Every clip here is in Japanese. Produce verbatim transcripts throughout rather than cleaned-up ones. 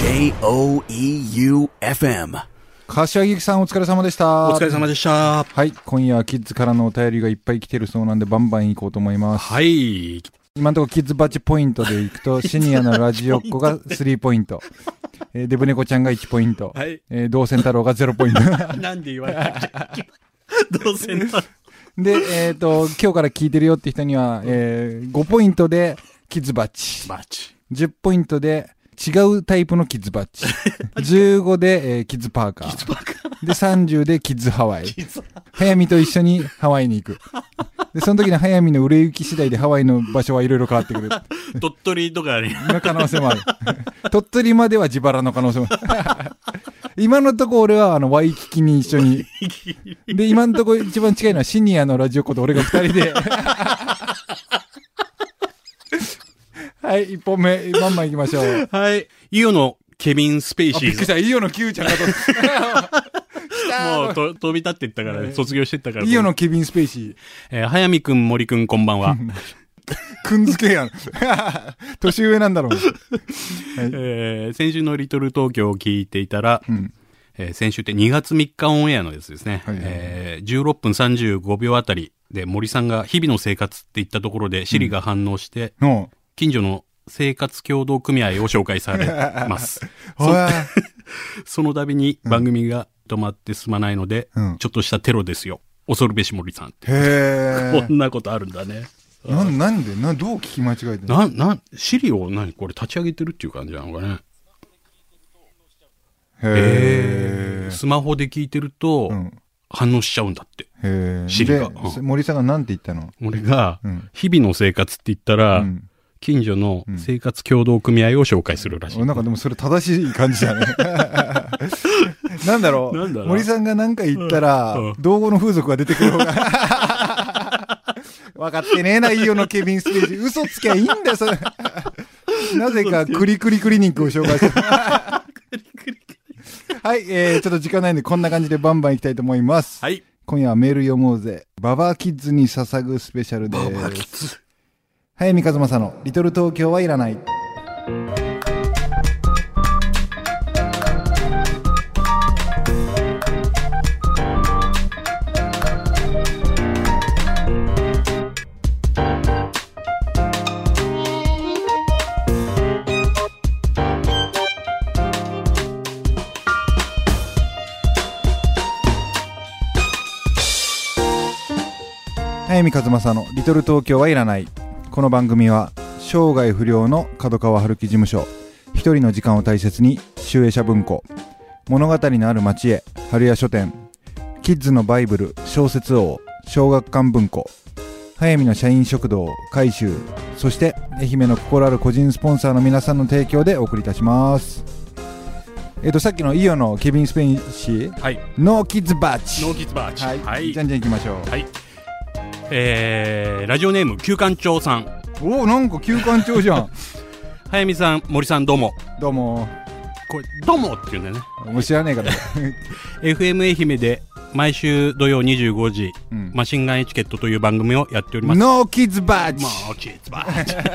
ジェイオーイーユーエフエム。 柏木さんお疲れ様でした。 お疲れ様でした。 はい、今夜はキッズからのお便りがいっぱい来てるそうなんでバンバン行こうと思います。 はい。 今のところキッズバッチポイントでいくとシニアのラジオっ子がスリーポイント、えー、デブ猫ちゃんがいちポイント、はい、えー、同線太郎がゼロポイント。 なんで言われたっけ。同線太郎で、えっ、ー、と今日から聞いてるよって人には、えー、ごポイントでキッズバッチ、 バッチじゅうポイントで違うタイプのキッズバッジ。じゅうごで、えー、キッズパーカー。キッズパーカー。で、さんじゅうでキッズハワイ。早見と一緒にハワイに行く。で、その時の早見の売れ行き次第でハワイの場所はいろいろ変わってくる。 鳥取とかね。 の可能性もある。鳥取までは自腹の可能性もある。今のとこ俺はあのワイキキに一緒に。で、今のとこ一番近いのはシニアのラジオ子と俺が二人で。はい、一本目、バンバン行きましょう。 はい。イオのケビン・スペイシーズ。 びっくりした、イオの Q ちゃんがと。 もうと飛び立っていったから、卒業していったから。 イオのケビン・スペイシー。 えー、早見くん、森くん、こんばんは。 くんづけやん。年上なんだろう、はい、 えー。先週のリトル東京を聞いていたら、うんえー、先週ってにがつみっかオンエアのやつですね。はいはいえー、じゅうろっぷんさんじゅうごびょうあたりで森さんが日々の生活って言ったところでシリが反応して、うん近所の生活協同組合を紹介されます。そ, その度に番組が止まってすまないので、うん、ちょっとしたテロですよ。恐るべし森さんって。へこんなことあるんだね。 な、なんでな、どう聞き間違えてるのな、な、シリを何これ立ち上げてるっていう感じなのかね。へー。スマホで聞いてると、うん、反応しちゃうんだって。へー。シリが。 うん、森さんが何て言ったの俺が、うん、日々の生活って言ったら、うん近所の生活協同組合を紹介するらしい、 うん、なんかでもそれ正しい感じだね。なんだろうなんだろう森さんが何か言ったら、うんうん、道後の風俗が出てくる方が分かってねえな、イオのケビン・スページ。嘘つきゃいいんだよ、それ。なぜかクリクリクリニックを紹介してる。はい、えー、ちょっと時間ないんでこんな感じでバンバンいきたいと思います。はい。今夜はメール読もうぜ。ババアキッズに捧ぐスペシャルです。ババアキッズ早見和正のリトル東京はいらない。早見和正のリトル東京はいらない。この番組は生涯不良の角川春樹事務所、一人の時間を大切に集英社文庫、物語のある町へ春屋書店、キッズのバイブル小説王小学館文庫、早見の社員食堂改修、そして愛媛の心ある個人スポンサーの皆さんの提供でお送りいたします。えっとさっきのイオのケビン・スペイシー、はい、ノーキッズバッチノーキッズバッチ、 はいはい、じゃんじゃんいきましょう。はいえー、ラジオネーム旧館長さん。 おお、なんか旧館長じゃん。 早見さん、森さん、どうも。 どうも。 これどうもって言うんだよね。 もう知らねえから。 エフエム 愛媛で毎週土曜にじゅうごじ、うん、マシンガンエチケットという番組をやっております。 ノーキッズバッジ。 ノーキッズバッジ。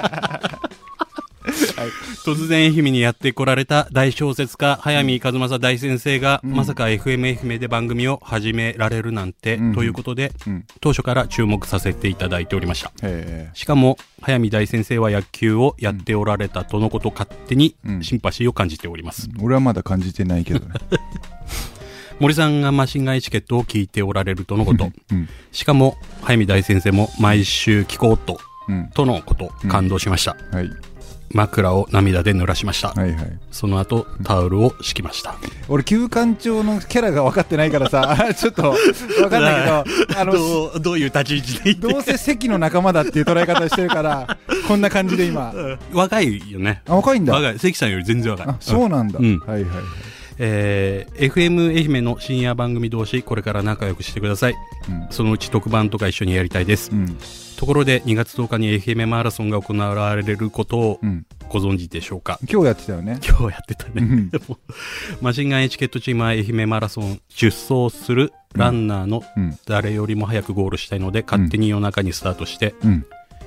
はい、突然愛媛にやって来られた大小説家早見和正大先生が、うん、まさか エフエム 愛媛で番組を始められるなんて、うん、ということで、うん、当初から注目させていただいておりました。しかも早見大先生は野球をやっておられたとのこと、勝手にシンパシーを感じております、 うん、俺はまだ感じてないけどね。 森さんがマシンガンエチケットを聞いておられるとのこと、うん、しかも早見大先生も毎週聞こうと、うん、とのこと、感動しました、うんはい、枕を涙で濡らしました、はいはい、その後タオルを敷きました。 俺旧館長のキャラが分かってないからさちょっと分かんないけどあのどう、どういう立ち位置で言ってどうせ関の仲間だっていう捉え方してるからこんな感じで今、 うん、若いよね。 あ若いんだ。 若い、関さんより全然若い。 あそうなんだ、うん、はいはいはい。 えー、エフエム 愛媛の深夜番組同士これから仲良くしてください、うん、そのうち特番とか一緒にやりたいです、うん、ところでにがつとおかに愛媛マラソンが行われることをご存知でしょうか、 うん、今日やってたよね。 今日やってたね、うん、マシンガンエチケットチームは愛媛マラソン出走するランナーの誰よりも早くゴールしたいので、うん、勝手に夜中にスタートして、うん、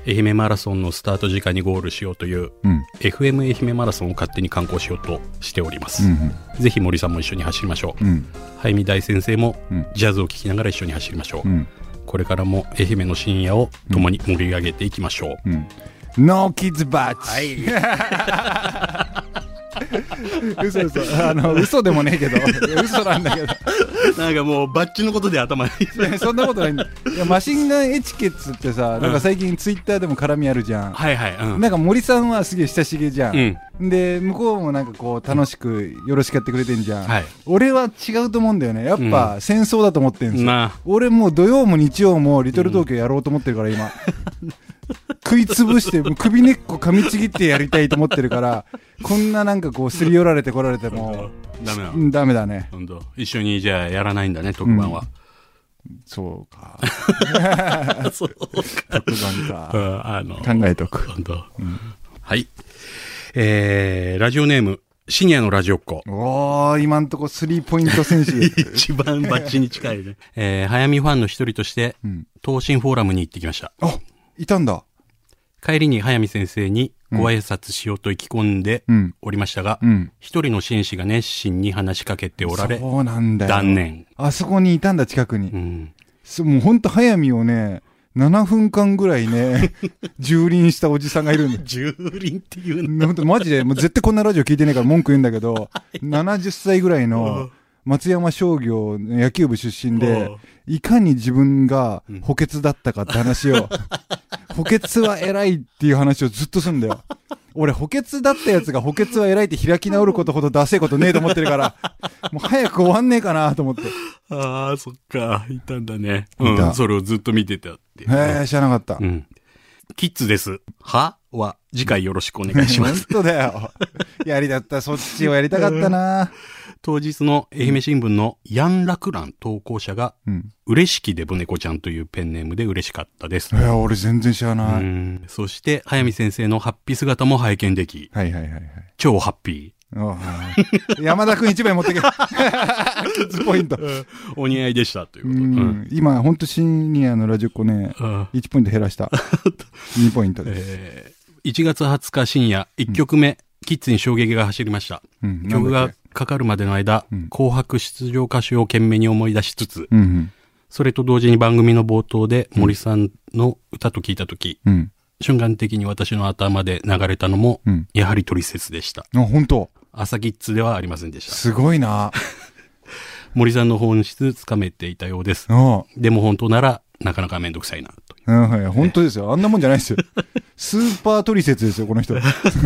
愛媛マラソンのスタート時間にゴールしようという、うん、エフエム 愛媛マラソンを勝手に観光しようとしております、うんうん、ぜひ森さんも一緒に走りましょう、うん、早見大先生もジャズを聴きながら一緒に走りましょう、うん、これからも愛媛の深夜を共に盛り上げていきましょう、うんうん、ノーキッズバッチ、はい嘘嘘あの嘘でもねえけど嘘なんだけどなんかもうバッチのことで頭にそんなことないんだ。いやマシンガンエチケッツってさ、なんか最近ツイッターでも絡みあるじゃん、うん、はいはい、うん、なんか森さんはすげえ親しげじゃん、うん、で向こうもなんかこう楽しくよろしくやってくれてんじゃん、はい、俺は違うと思うんだよね。やっぱ戦争だと思ってんすよ、うん、俺もう土曜も日曜もリトル東京やろうと思ってるから今、うん、食いつぶして首根っこ噛みちぎってやりたいと思ってるから、こんななんかこうすり寄られてこられてもダメだ、 ダメだね。 本当一緒にじゃあやらないんだね、特番は、 うん、そうかそうか特番か、うん、あの考えとく本当、 うん、はい、えー、ラジオネームシニアのラジオっ子。 おー、今んとこスリーポイント選手一番バッチに近いね、えー、早見ファンの一人として、うん、東進フォーラムに行ってきました。 あ、いたんだ。 帰りに早見先生にご挨拶しようと意気込んでおりましたが、一、うんうん、人の紳士が熱心に話しかけておられ、 そうなんだよ、 断念。 あそこにいたんだ、近くに、うん、もうほんと早見をねななふんかんぐらいね蹂躙したおじさんがいるんだ。 蹂躙っていうのほんとマジでもう絶対こんなラジオ聞いてねえから文句言うんだけどななじゅっさいぐらいの松山商業野球部出身で、いかに自分が補欠だったかって話を、うん、補欠は偉いっていう話をずっとするんだよ。俺補欠だったやつが補欠は偉いって開き直ることほどダセえことねえと思ってるからもう早く終わんねえかなと思って。 ああ、そっか、いたんだね、うん、それをずっと見てたって。 へえ、知らなかった、うん、 キッズですはは次回よろしくお願いします本当だよ、やりだった、そっちをやりたかったな当日の愛媛新聞のヤンラクラン投稿者が、うん、嬉しきデブ猫ちゃんというペンネームで嬉しかったです。 いや、俺全然知らない。うん、 そして早見先生のハッピー姿も拝見でき、はいはいはいはい、超ハッピー。山田くん一枚持ってけキッズポイントお似合いでしたということ、うん、 今ほんとシニアのラジオっ子ね、いちポイント減らしたにポイントです、えー、いちがつはつか深夜いっきょくめ、うん、キッズに衝撃が走りました、うん、曲がかかるまでの間、うん、紅白出場歌手を懸命に思い出しつつ、うんうん、それと同時に番組の冒頭で森さんの歌と聞いたとき、うん、瞬間的に私の頭で流れたのも、うん、やはりトリセツでした。 あ、本当。 朝キッズではありませんでした。 すごいな森さんの本質つかめていたようです。でも本当ならなかなかめんどくさいなという、 うん、はい、本当ですよ。あんなもんじゃないですよスーパートリセツですよこの人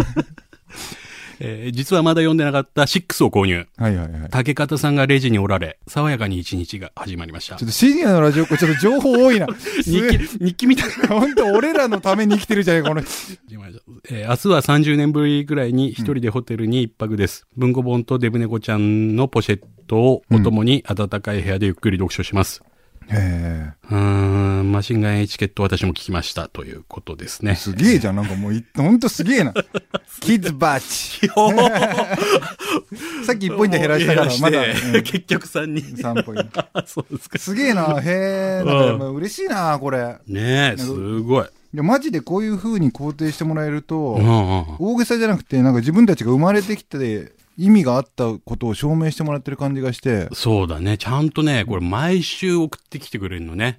えー、実はまだ読んでなかったシックスを購入。はいはいはい。竹方さんがレジにおられ、爽やかに一日が始まりました。 ちょっとシニアのラジオ、これちょっと情報多いな。 日記、日記みたいな。 ほんと俺らのために生きてるじゃないか、この人。 えー、明日はさんじゅうねんぶりぐらいに一人でホテルに一泊です。うん、文庫本とデブ猫ちゃんのポシェットをお供に暖かい部屋でゆっくり読書します。へー。うーん、マシンガンエチケット私も聞きましたということですね。 すげえじゃん、なんかもうほんとすげえな。キッズバッチ。さっきいちポイント減らしたからまだ、 うん、結局さんにさんポイント。そうですか。すげえな、へえ、なんか嬉しいなこれ。 ねえ、すごい。 いやマジでこういう風に肯定してもらえると、うんうん、大げさじゃなくてなんか自分たちが生まれてきて意味があったことを証明してもらってる感じがして。 そうだね、ちゃんとねこれ毎週送ってきてくれるのね。 うん、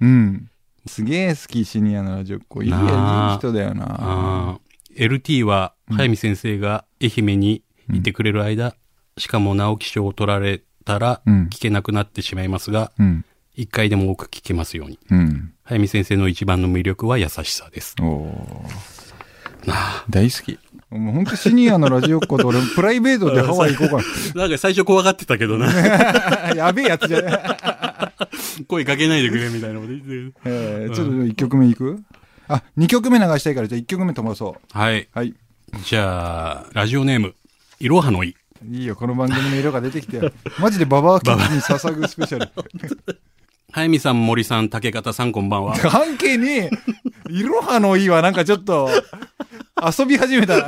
すげえ好き、シニアのラジオっ子。いい人だよな。 あ エルティー は早見先生が愛媛にいてくれる間、うん、しかも直木賞を取られたら聞けなくなってしまいますが、うん、一回でも多く聞けますように、うん、早見先生の一番の魅力は優しさです。おなあ大好き。もうほんとシニアのラジオっ子と俺プライベートでハワイ行こうかな。なんか最初怖がってたけどなやべえやつじゃない声かけないでくれみたいなこと言ってる、 えー、ちょっといっきょくめいく？あ、にきょくめ流したいからじゃあいっきょくめ飛ばそう。 はい、はい、じゃあラジオネームいろはのい。 いいよ、この番組の色が出てきてマジでババアキッズに捧ぐスペシャル早見さん、森さん、竹方さん、こんばんは。 関係ねえ。いろはのいはなんかちょっと遊び始めた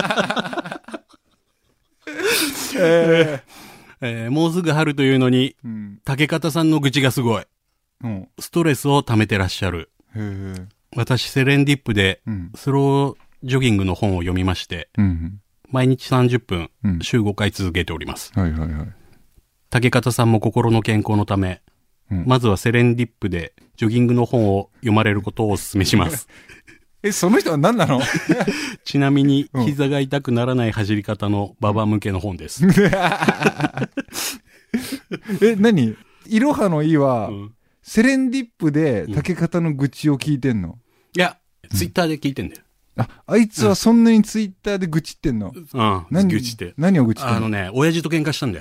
えーえー、もうすぐ春というのに、うん、竹方さんの愚痴がすごい、うん、ストレスを溜めてらっしゃる。へ私セレンディップでうんスロージョギングの本を読みまして、 うん毎日さんじゅっぷん、 うん、 週ごかい続けております。 はいはいはい。 竹方さんも心の健康のため、うん、まずはセレンディップでジョギングの本を読まれることをお勧めします。 え、その人は何なの？ ちなみに、膝が痛くならない走り方のババ向けの本です。 え、何？いろはのいは、うん、セレンディップで竹方の愚痴を聞いてんの？ いや、ツイッターで聞いてんだよ。 あ、あいつはそんなにツイッターで愚痴ってんの？ うん。何愚痴って。 何を愚痴ってんの？ あのね、親父と喧嘩したんだよ。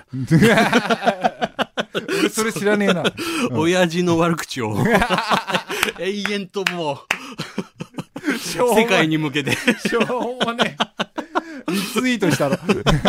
俺それ知らねえな。 うん、親父の悪口を永遠ともう世界に向けてしょうもねリツイートしたの。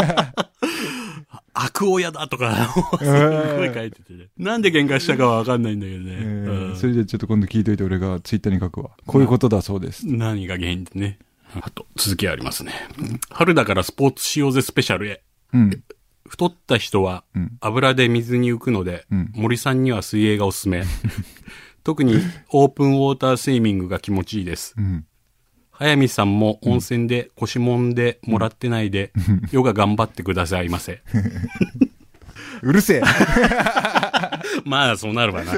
悪親だとかすごい書いてて、ね、なんで喧嘩したかは分かんないんだけどね、えーうん、それでちょっと今度聞いといて俺がツイッターに書くわ。こういうことだそうです。 何が原因でね。あと続きありますね。春だからスポーツしようぜスペシャルへ、うん、太った人は油で水に浮くので、うん、森さんには水泳がおすすめ。特にオープンウォータースイミングが気持ちいいです、うん、早見さんも温泉で腰もんでもらってないで、うん、ヨガ頑張ってくださいませ。 うるせえ。 まあそうなるわな。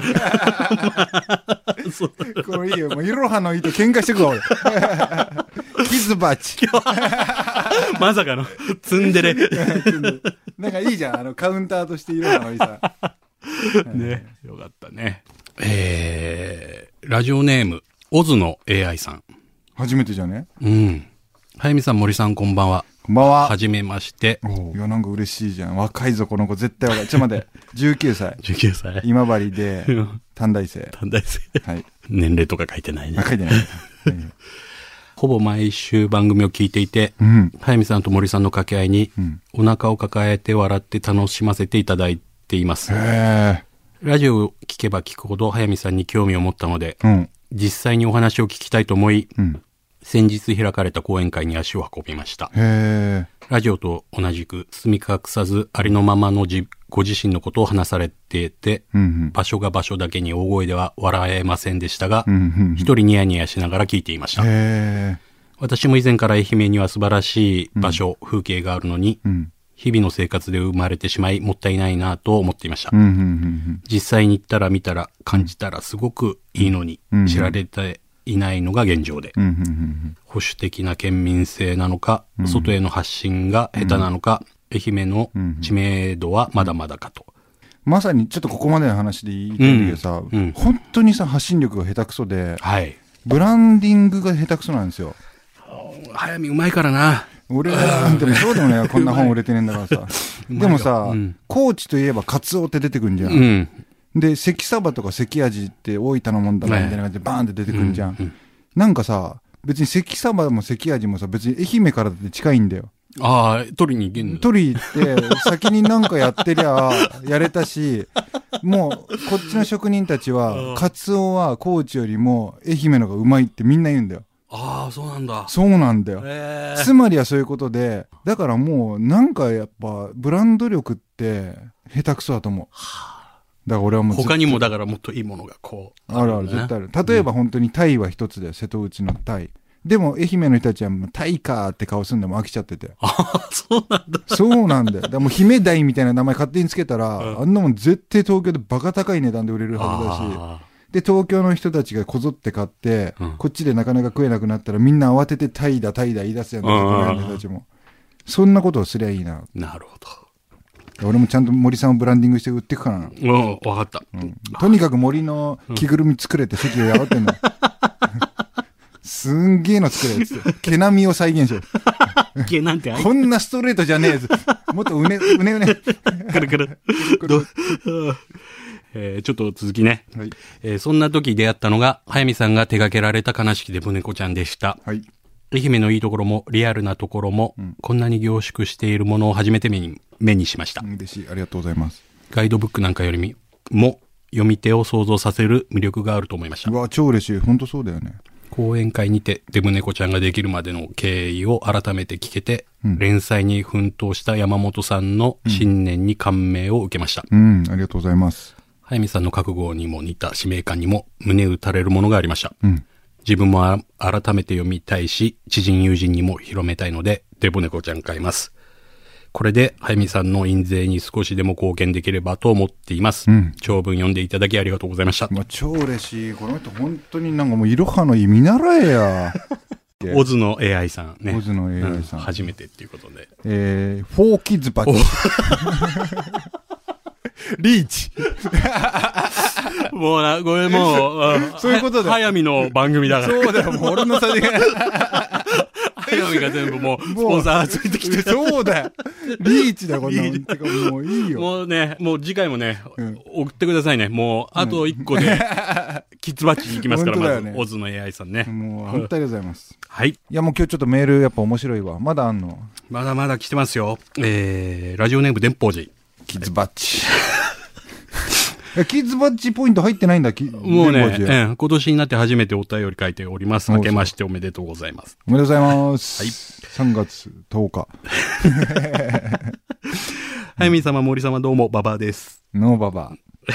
これいいよ。もういろはのいと喧嘩してくわ俺。キズバチ。 まさかのツンデレ。 なんかいいじゃん、あのカウンターとしていろはのいさ。 ね、よかったね。えー、ラジオネームオズの エーアイ さん。 初めてじゃね？ うん。早見さん、森さん、こんばんは。 こんばんは。 はじめまして。 いや、なんか嬉しいじゃん。若いぞ、この子。絶対若い。ちょっと待って。じゅうきゅうさい。 じゅうきゅうさい。 今治で、短大生。 短大生。 はい。 年齢とか書いてないね。 書いてない。 ほぼ毎週番組を聞いていて、うん、早見さんと森さんの掛け合いに、うん、お腹を抱えて笑って楽しませていただいています。 へー。 ラジオを聞けば聞くほど早見さんに興味を持ったので、うん、実際にお話を聞きたいと思い、うん、先日開かれた講演会に足を運びました。 へー。 ラジオと同じく包み隠さずありのままのじご自身のことを話されていて、うんうん、場所が場所だけに大声では笑えませんでしたが、うんうんうん、一人ニヤニヤしながら聞いていました。 へー。 私も以前から愛媛には素晴らしい場所、うん、風景があるのに、うん、日々の生活で生まれてしまいもったいないなと思っていました、うんうんうんうん、実際に行ったら見たら感じたらすごくいいのに、うんうん、知られていないのが現状で、うんうんうん、保守的な県民性なのか、うん、外への発信が下手なのか、うん、愛媛の知名度はまだまだかと、 うん、まさにちょっとここまでの話で言いたいんだけどさ、うんうん、本当にさ発信力が下手くそで、はい、ブランディングが下手くそなんですよ。 早見うまいからな。 俺なんてもそうでもねこんな本売れてねえんだからさ。でもさ、うん、高知といえばカツオって出てくるんじゃん、うん、で関サバとか関アジって大分のもんだなみたいな感じでバーンって出てくるんじゃん、うんうん、なんかさ別に関サバも関アジもさ別に愛媛からだって近いんだよ。 ああ、取りに行けんの？ 取り行って先になんかやってりゃやれたし、もうこっちの職人たちはカツオは高知よりも愛媛のがうまいってみんな言うんだよ。 ああ、そうなんだ。 そうなんだよ。つまりはそういうことで、だからもうなんかやっぱブランド力って下手くそだと思う。だから俺はもう他にもだからもっといいものがこうあるある、絶対ある。例えば本当にタイは一つで、瀬戸内のタイ。でも愛媛の人たちはもうタイかーって顔すんでも飽きちゃってて。 ああ、そうなんだ。 そうなんだよ。だからもう姫大みたいな名前勝手につけたら、うん、あんなもん絶対東京でバカ高い値段で売れるはずだし。で東京の人たちがこぞって買って、うん、こっちでなかなか食えなくなったらみんな慌ててタイだタイだ言い出すやんな、人たちも。そんなことをすりゃいいな。 なるほど。 俺もちゃんと森さんをブランディングして売っていくからな。うん、 分かった、 うん。とにかく森の着ぐるみ作れて席をやがってんの。すんげえの作れっつって。毛並みを再現しよう。毛なんてこんなストレートじゃねえぞ。もっとうねうねうね。 くるくる。えー、ちょっと続きね、はいえー。そんな時出会ったのが、早見さんが手掛けられた悲しきデブ猫ちゃんでした。はい、愛媛のいいところもリアルなところも、うん、こんなに凝縮しているものを初めて目に目にしました。 嬉しい、ありがとうございます。 ガイドブックなんかよりも読み手を想像させる魅力があると思いました。 うわ、超嬉しい。本当そうだよね。 講演会にてデブ猫ちゃんができるまでの経緯を改めて聞けて、うん、連載に奮闘した山本さんの信念に感銘を受けました。 うん、うん、ありがとうございます。 早見さんの覚悟にも似た使命感にも胸打たれるものがありました。うん、 自分も改めて読みたいし、知人友人にも広めたいので、デボネコちゃん買います。これで、はやみさんの印税に少しでも貢献できればと思っています。うん、長文読んでいただきありがとうございました。 まあ、超嬉しい。この人本当になんかもういろはの意見習えや。 オズの エーアイ さんね。 オズの エーアイ さん。 うん、初めてっていうことで。 えー、フォーキッズバッチ。リーチ。 もうな、これもう、 そういうことだよ。 はやみの番組だから。 そうだよ、もう俺のさじが。 はやみが全部もう、スポンサー集めてきて。 そうだよ。リーチだよ、こんなの。もういいよ。 もうね、もう次回もね、うん、送ってくださいね。もう、あと一個で、キッズバッチに行きますから、まず、オズの エーアイ さんね。 もう、本当ありがとうございます。 はい。いや、もう今日ちょっとメールやっぱ面白いわ。まだあんの？ まだまだ来てますよ。えー、ラジオネーム電報寺。 キッズバッチ。キッズバッジポイント入ってないんだ、 もうね、ええ、今年になって初めてお便り書いております。明けましておめでとうございます。 おめでとうございます。はい。さんがつとおか。 はやみ様、森様どうも、ババです。 ノーババ。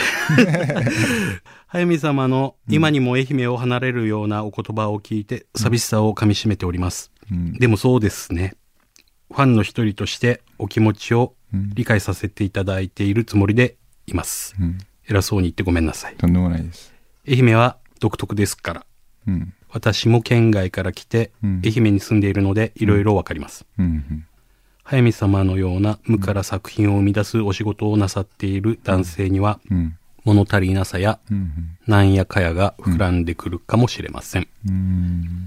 はやみ様の今にも愛媛を離れるようなお言葉を聞いて、寂しさをかみしめております。うん、でもそうですね。ファンの一人としてお気持ちを理解させていただいているつもりでいます。うん、偉そうに言ってごめんなさい。 とんでもないです。 愛媛は独特ですから。うん、私も県外から来て、うん、愛媛に住んでいるのでいろいろわかります。うんうん、はやみ様のような無から作品を生み出すお仕事をなさっている男性には、うん、物足りなさや、うん、なんやかやが膨らんでくるかもしれません。うん、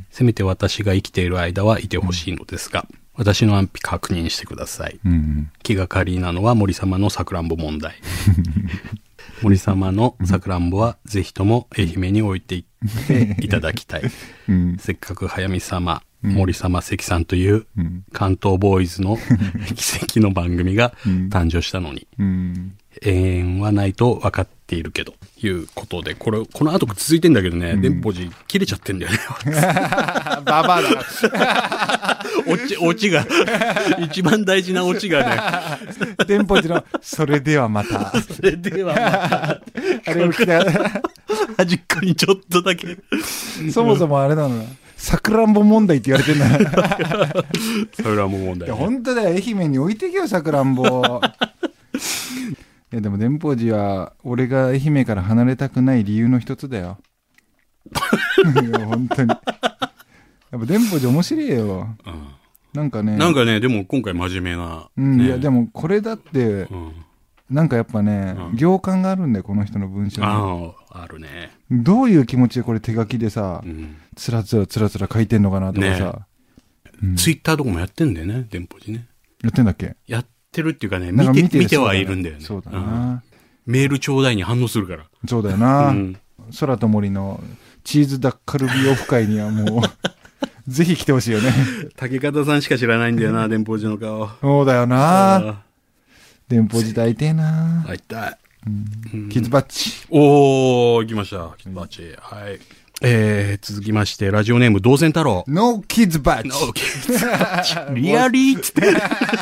せめて私が生きている間はいてほしいのですが、うん私の安否確認してください。うんうん、気がかりなのは森様のさくらんぼ問題。森様のさくらんぼはぜひとも愛媛に置いていっていただきたい。うん、せっかく早見様、うん、森様、関さんという関東ボーイズの奇跡の番組が誕生したのに、うん、永遠はないと分かっているけど、いうことで、これ、この後続いてんだけどね、電報寺切れちゃってんだよね。 ババアだ。 オチ、オチが、一番大事なオチがね。電報寺の、それではまた。 それではまた。 あれを聞いた。 端っこにちょっとだけ。 そもそもあれなのよ。さくらんぼ問題って言われてんだ。 さくらんぼ問題、 ね。本当だよ。愛媛に置いてけよ、さくらんぼ。いやでも電報寺は俺が愛媛から離れたくない理由の一つだよ。いや本当に。やっぱ電報寺面白いよ。うん、なんかね。 なんかね、でも今回真面目な、ね。 うん、いやでもこれだって、うん、なんかやっぱね、うん、行間があるんだよ、この人の文章に。 ああ、あるね。 どういう気持ちでこれ手書きでさ、うん、つらつらつらつら書いてんのかなとかさ。ねうん、ツイッターとかもやってんだよね、電報寺ね。 やってんだっけ？ やってるっていうかね、見て、見て、見てはいるんだよね。 そうだな、うん。 メールちょうだいに反応するから。 そうだよな。うん、空と森のチーズダッカルビオフ会にはもう、ぜひ来てほしいよね。 竹方さんしか知らないんだよな、電報寺の顔。 そうだよな。電報寺大体な。 会いたい。 うん、キッズバッチ。 おー、行きました。キッズバッチ。はい。えー、続きまして、ラジオネーム、同然太郎。 ノーキッズバッチ。 ノーキッズバッチ。リアリーって。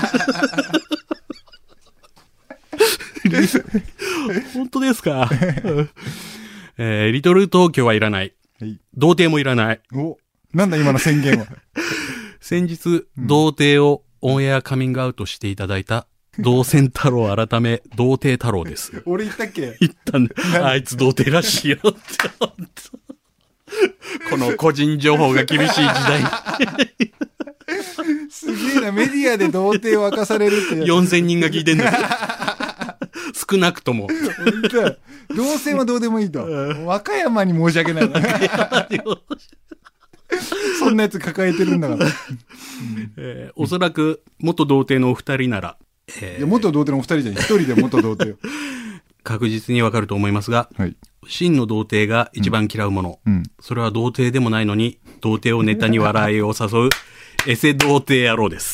本当ですか、えー、リトル東京はいらない。はい、童貞もいらない。 お、なんだ今の宣言は。 先日、うん、童貞をオンエアカミングアウトしていただいた、同然太郎改め、童貞太郎です。 俺言ったっけ？ 言ったんだ。あいつ童貞らしいよって。この個人情報が厳しい時代。 すげえな、メディアで童貞を明かされるって。 よんせんにんが聞いてんだよ。少なくとも。 同性はどうでもいいと。和歌山に申し訳ないな。そんなやつ抱えてるんだから。 えー、おそらく元童貞のお二人なら、 えー、いや元童貞のお二人じゃん。一人で元童貞よ。 確実にわかると思いますが、はい、真の童貞が一番嫌うもの、うんうん、それは童貞でもないのに童貞をネタに笑いを誘うエセ童貞野郎です。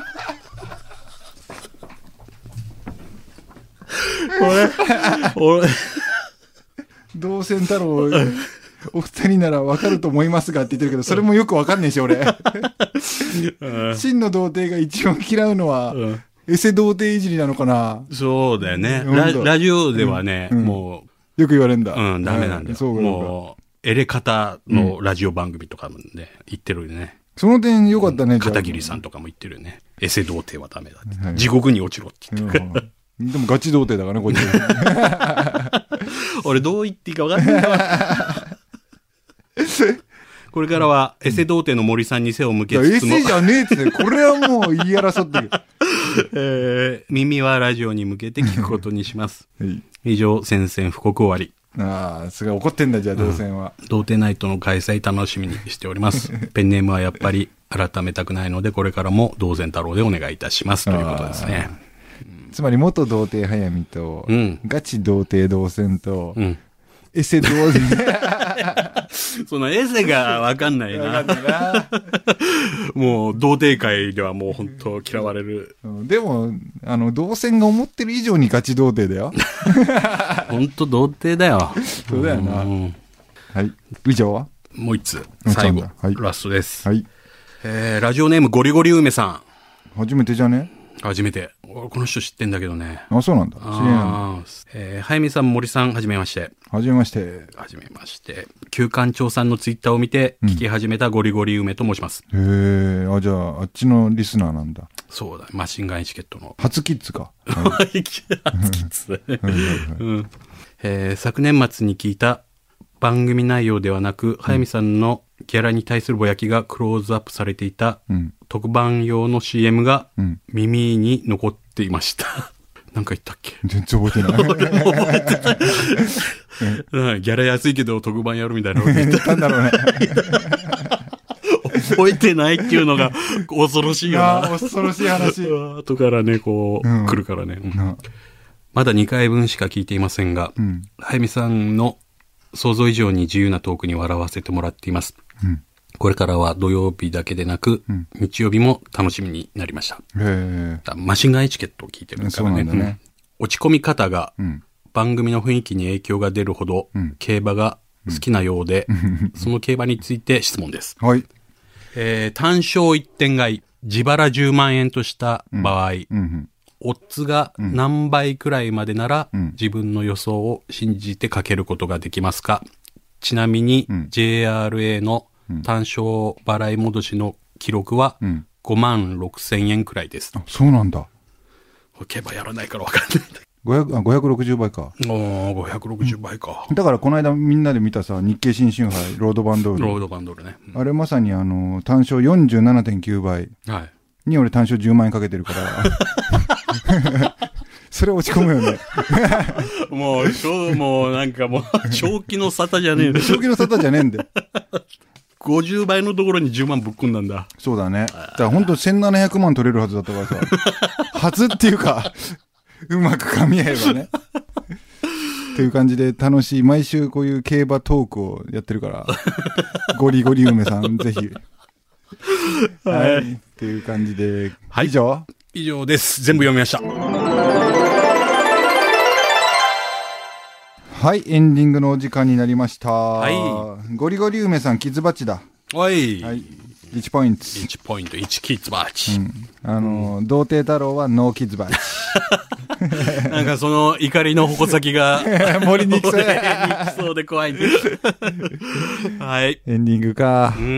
俺俺同線太郎お二人ならわかると思いますがって言ってるけど、それもよくわかんねえし俺。真の童貞が一番嫌うのは、うんエセ童貞いじりなのかな。 そうだよね。ラ, ラジオではね、うんうん、もう。よく言われるんだ。 うん、ダメなんだよ。そうもう、 エレカタのラジオ番組とかもね、言ってるよね。 その点良かったね、 片桐さんとかも言ってるよね。エセ童貞はダメだって。はい、地獄に落ちろって言ってる。 でもガチ童貞だからね、こっち。俺どう言っていいか分かんないわ。これからはエセ童貞の森さんに背を向けつつも。 エセじゃねえって、これはもう言い争ってる。 えー、耳はラジオに向けて聞くことにします。はい、以上、宣戦布告終わり。 ああ、すごい怒ってんだ、じゃあ、同線は、 うん。童貞ナイトの開催楽しみにしております。ペンネームはやっぱり改めたくないので、これからも同然太郎でお願いいたします。ということですね。 うん、つまり、元童貞早見と、うん、ガチ童貞同線と、うん、エセ童貞。 そのエセがわかんないな。わかんないな。もう、童貞界ではもう本当嫌われる。 でも、あの、同線が思ってる以上にガチ童貞だよ。 本当童貞だよ。 そうだよな。うん、はい。以上はもう一つ。最後。はい、ラストです。 はい。 えー、ラジオネームゴリゴリ梅さん。 初めてじゃね？ 初めて。この人知ってんだけどね。 あ、そうなんだ。知り合いなんだ。えー、早見さん、森さん、はじめまして。 はじめまして。 はじめまして。旧館長さんのツイッターを見て、聞き始めたゴリゴリ梅と申します。 うん、へえ、あ、じゃあ、あっちのリスナーなんだ。 そうだ、マシンガンエチケットの。 初キッズか。 初キッズだね。昨年末に聞いた番組内容ではなく、早見さんのギャラに対するぼやきがクローズアップされていた、特番用の シーエム が耳に残っていました。なんか言ったっけ？ 全然覚えてない。 俺も覚えてない。ギャラ安いけど特番やるみたいなこと言ったんだろうね。 覚えてないっていうのが恐ろしいよな。 恐ろしい話。 後からね、こう、うん、来るからね、うん。まだにかいぶんしか聞いていませんが、早見、うん、さんの想像以上に自由なトークに笑わせてもらっています。うん、これからは土曜日だけでなく、うん、日曜日も楽しみになりました。 へマシンガンエチケットを聞いてるからね。ねうん、落ち込み方が、うん、番組の雰囲気に影響が出るほど、うん、競馬が好きなようで、うん、その競馬について質問です。 はい。 えー、単勝いってん買い、自腹じゅうまんえんとした場合、うんうん、オッズが何倍くらいまでなら、うん、自分の予想を信じてかけることができますか？ちなみに、うん、ジェイアールエー の単勝払い戻しの記録はごまんろくせんえんくらいです。 あ、そうなんだ。 競馬やらないから分かんない。 ごひゃく、あ、ごひゃくろくじゅうばいか。 おー、ごひゃくろくじゅうばいか。 だからこの間みんなで見たさ、日経新春杯、ロードバンドール。 ロードバンドールね。 うん、あれまさにあの、単勝 よんじゅうななてんきゅうばいに俺単勝じゅうまんえんかけてるから。それ落ち込むよね。 もう、しょう、もうなんかもう、正気の沙汰じゃねえ。 正気の沙汰じゃねえんだよ。 ごじゅうばいのところにじゅうまんぶっ込んだんだ。 そうだね。だからほんとせんななひゃくまん取れるはずだったからさ。はずっていうか、うまく噛み合えばね。という感じで楽しい、毎週こういう競馬トークをやってるから、ゴリゴリ梅さん、ぜひ。はい。はい、っていう感じで、はい、以上以上です。全部読みました。 はい、エンディングのお時間になりました。 はい。 ゴリゴリ梅さん、キッズバッジだ。 はい。 はい。いちポイント。 いちポイント、いちキッズバッジ。うん、 あの、うん、童貞太郎はノーキッズバッジ。なんかその怒りの矛先が森に行きそうに行きそうで怖いんです。はい。 エンディングか。 うん。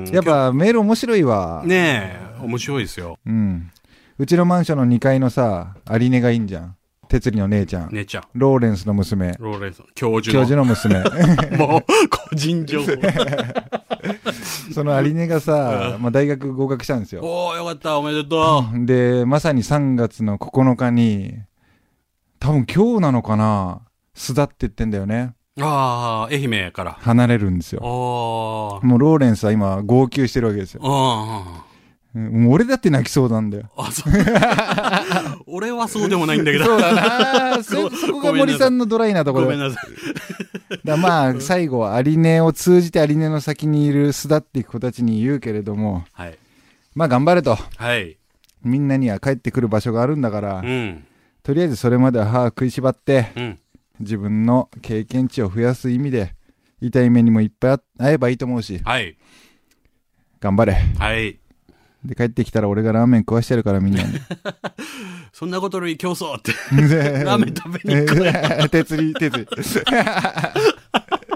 やっぱメール面白いわ。 ねえ、面白いですよ。 うん。うちのマンションのにかいのさ、アリネがいいんじゃん。哲理の姉ちゃん。 姉ちゃん。 ローレンスの娘。 ローレンス。教授の。教授の娘。 もう、個人情報。 そのアリネがさ、まあ、大学合格したんですよ。 おー、よかった、おめでとう。で、まさにさんがつのここのかに、多分今日なのかな、須田って言ってんだよね。 ああ、愛媛から。 離れるんですよ。 もうローレンスは今、号泣してるわけですよ。 ああ。 もう俺だって泣きそうなんだよ。 あ、そう。俺はそうでもないんだけど。 そうだなそ。そこが森さんのドライなところ。 ごめんなさい。 だまあ、最後はアリネを通じてアリネの先にいる巣立っていく子たちに言うけれども、 はい。 まあ頑張れと。 はい。 みんなには帰ってくる場所があるんだから、 うん、 とりあえずそれまでは歯食いしばって、 うん、 自分の経験値を増やす意味で、痛い目にもいっぱい会えばいいと思うし、 はい。 頑張れ。 はい。 で、帰ってきたら俺がラーメン食わしてるからみんなに。 そんなことより競争って。ラーメン食べに行く。 鉄理、鉄理。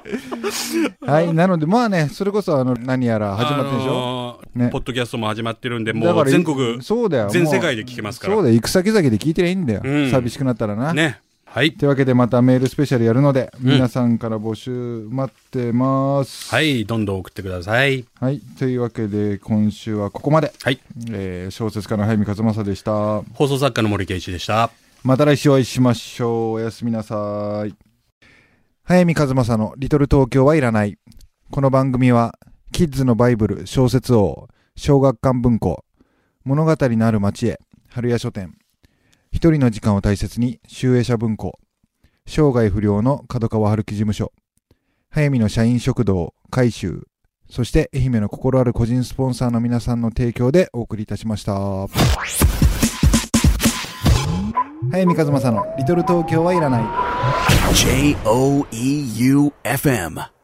はい、なのでまあね、それこそあの何やら始まってるでしょ、 あのーね、 ポッドキャストも始まってるんで、もう全国、 そうだよ、 全世界で聞けますから。 そうだよ、行く先々で聞いてりゃいいんだよ、うん、寂しくなったらな。 ね。はい。 というわけでまたメールスペシャルやるので、うん、皆さんから募集待ってます。 はい、どんどん送ってください。 はい、というわけで今週はここまで。 はい。 えー、小説家の早見和正でした。 放送作家の森圭一でした。 また来週お会いしましょう。おやすみなさい。早見和正のリトル東京はいらない。この番組はキッズのバイブル小説王小学館文庫物語のある町へ春屋書店一人の時間を大切に集英社文庫生涯不良の角川春樹事務所早見の社員食堂改修そして愛媛の心ある個人スポンサーの皆さんの提供でお送りいたしました。早見和正のリトル東京はいらない。 ジェイオーイーユーエフエム